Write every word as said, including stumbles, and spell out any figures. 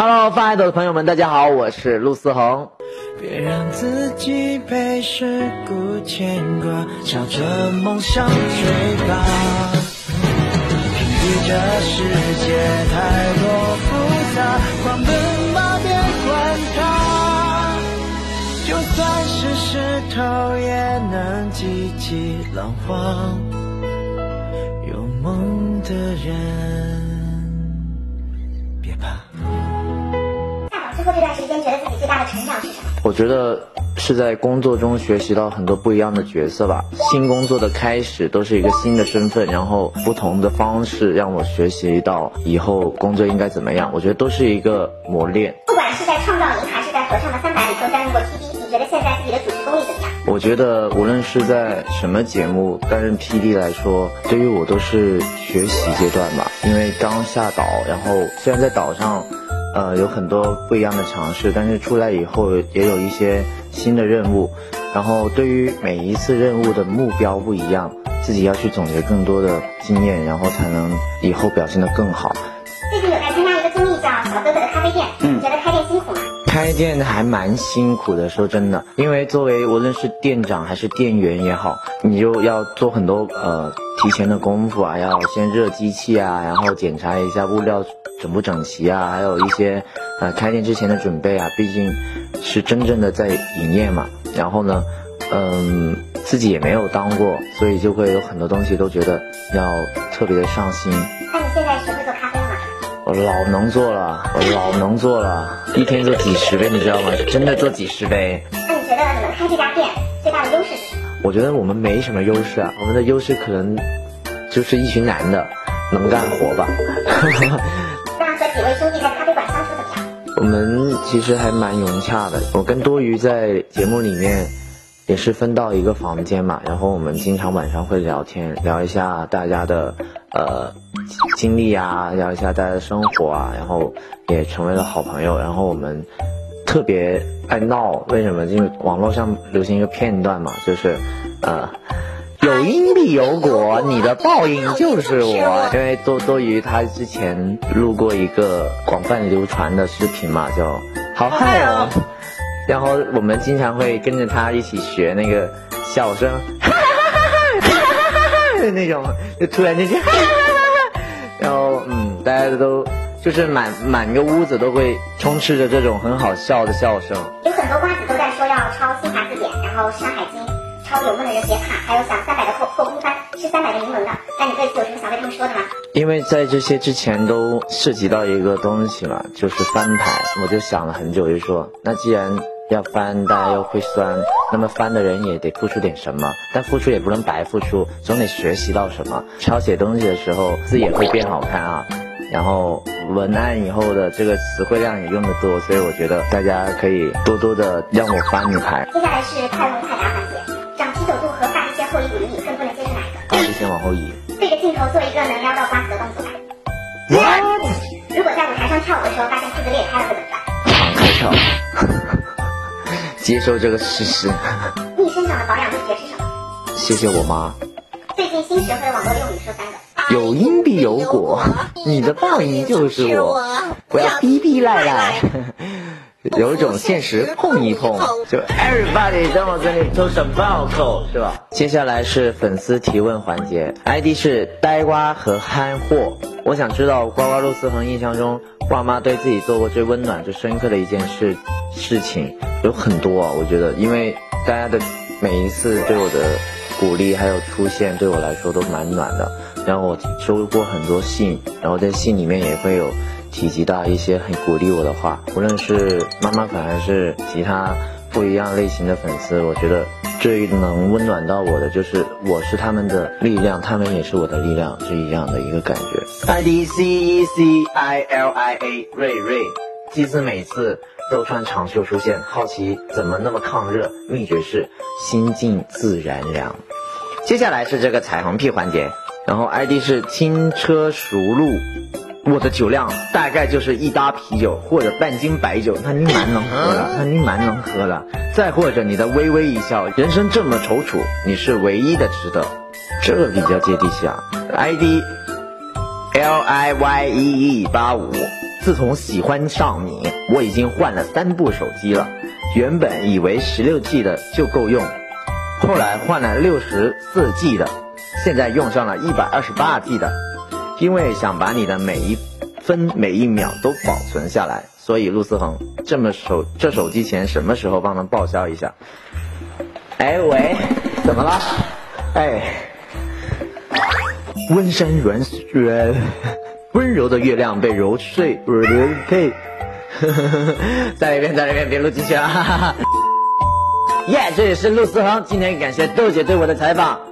Hello， 发爱豆的朋友们，大家好，我是陆思恒。 别让自己被世故牵挂，朝着梦想追吧。凭据这世界太多复杂，狂奔吧，别管它。就算是石头，也能激起浪花。有梦的人，别怕。 之后这段时间觉得自己最大的成长是什么？ 我觉得是在工作中学习到很多不一样的角色吧。新工作的开始都是一个新的身份，然后不同的方式让我学习到以后工作应该怎么样，我觉得都是一个磨练。 不管是在创造营还是在合唱的三百里头担任过 P D， 你觉得现在自己的主持功力怎么样？ 我觉得无论是在什么节目担任 P D 来说，对于我都是学习阶段吧。因为刚下岛，然后虽然在岛上呃，有很多不一样的尝试，但是出来以后也有一些新的任务，然后对于每一次任务的目标不一样，自己要去总结更多的经验，然后才能以后表现得更好。 最近有在参加一个综艺叫小哥哥的咖啡店，嗯，你觉得开店辛苦吗？ 开店还蛮辛苦的，说真的，因为作为无论是店长还是店员也好，你就要做很多呃提前的功夫啊，要先热机器啊，然后检查一下物料整不整齐啊，还有一些呃开店之前的准备啊，毕竟是真正的在营业嘛。然后呢，嗯，自己也没有当过，所以就会有很多东西都觉得要特别的上心。 那你现在学会做咖啡了吗？ 我老能做了，我老能做了，一天做几十杯，你知道吗？真的做几十杯。 那你觉得你们开这家店最大的优势是什么？ 我觉得我们没什么优势啊，我们的优势可能就是一群男的能干活吧。 那和几位兄弟在咖啡馆相处怎么样？ 我们其实还蛮融洽的，我跟多余在节目里面也是分到一个房间嘛，然后我们经常晚上会聊天，聊一下大家的呃经历啊，聊一下大家的生活啊，然后也成为了好朋友。然后我们特别爱闹，为什么？因为网络上流行一个片段嘛，就是呃有因必有果，你的报应就是我。因为多多余他之前录过一个广泛流传的视频嘛，叫好嗨哦，然后我们经常会跟着他一起学那个笑声，哈哈哈哈哈哈那种，就突然间就哈哈哈哈，然后嗯，大家都就是满满个屋子都会充斥着这种很好笑的笑声。 有很多瓜子都在说要抄新华字典，然后山海经，抄有梦的人别怕，还有想三百的破破空翻，是三百个铭文的。那你对此有什么想对他们说的吗？ 因为在这些之前都涉及到一个东西嘛，就是翻牌，我就想了很久，就说那既然要翻，大家又会酸，那么翻的人也得付出点什么，但付出也不能白付出，总得学习到什么。抄写东西的时候字也会变好看啊，然后文案以后的这个词汇量也用得多，所以我觉得大家可以多多的让我翻你牌。 接下来是快问快答环节，长啤酒肚和发际线后移骨离，更不能接受哪一个？ 发际线往后移。 对着镜头做一个能撩到瓜子的动作来。 What？ 如果在舞台上跳舞的时候发现裤子裂开了会怎么办？ 敞开跳。接受这个事实。 你身上的保养秘诀是什么？ 谢谢我妈。 最近新学会的网络用语说三个。 有因必有果，你的报应就是我。不要逼逼赖赖，有种现实碰一碰。就 everybody 在我这里都是爆口，是吧？接下来是粉丝提问环节 ，I D 是呆瓜和憨货。我想知道呱呱陆思恒印象中，爸妈对自己做过最温暖、最深刻的一件事事情有很多啊。我觉得，因为大家的每一次对我的鼓励还有出现，对我来说都蛮暖的。然后我收过很多信，然后在信里面也会有提及到一些很鼓励我的话，无论是妈妈粉还是其他不一样类型的粉丝，我觉得最能温暖到我的就是我是他们的力量，他们也是我的力量，是一样的一个感觉。I D C E C I L I A 瑞瑞，祭司每次都穿长袖出现，好奇怎么那么抗热，秘诀是心静自然凉。接下来是这个彩虹屁环节，然后 I D 是轻车熟路，我的酒量大概就是一打啤酒或者半斤白酒，那你蛮能喝了，那你蛮能喝了。再或者你的微微一笑，人生这么踌躇，你是唯一的值得，这个比较接地气啊。I D L I Y E E 八五， 自从喜欢上你，我已经换了三部手机了。原本以为十六 G 的就够用，后来换了六十四 G 的，现在用上了一百二十八 G 的。因为想把你的每一分每一秒都保存下来，所以陆思恒，这么手这手机钱什么时候帮忙报销一下？哎喂，怎么了？哎，温山软软温柔的月亮被揉碎，呸，再来一遍，再来一遍，别录进去啊！耶， yeah, 这里是陆思恒，今天感谢豆姐对我的采访。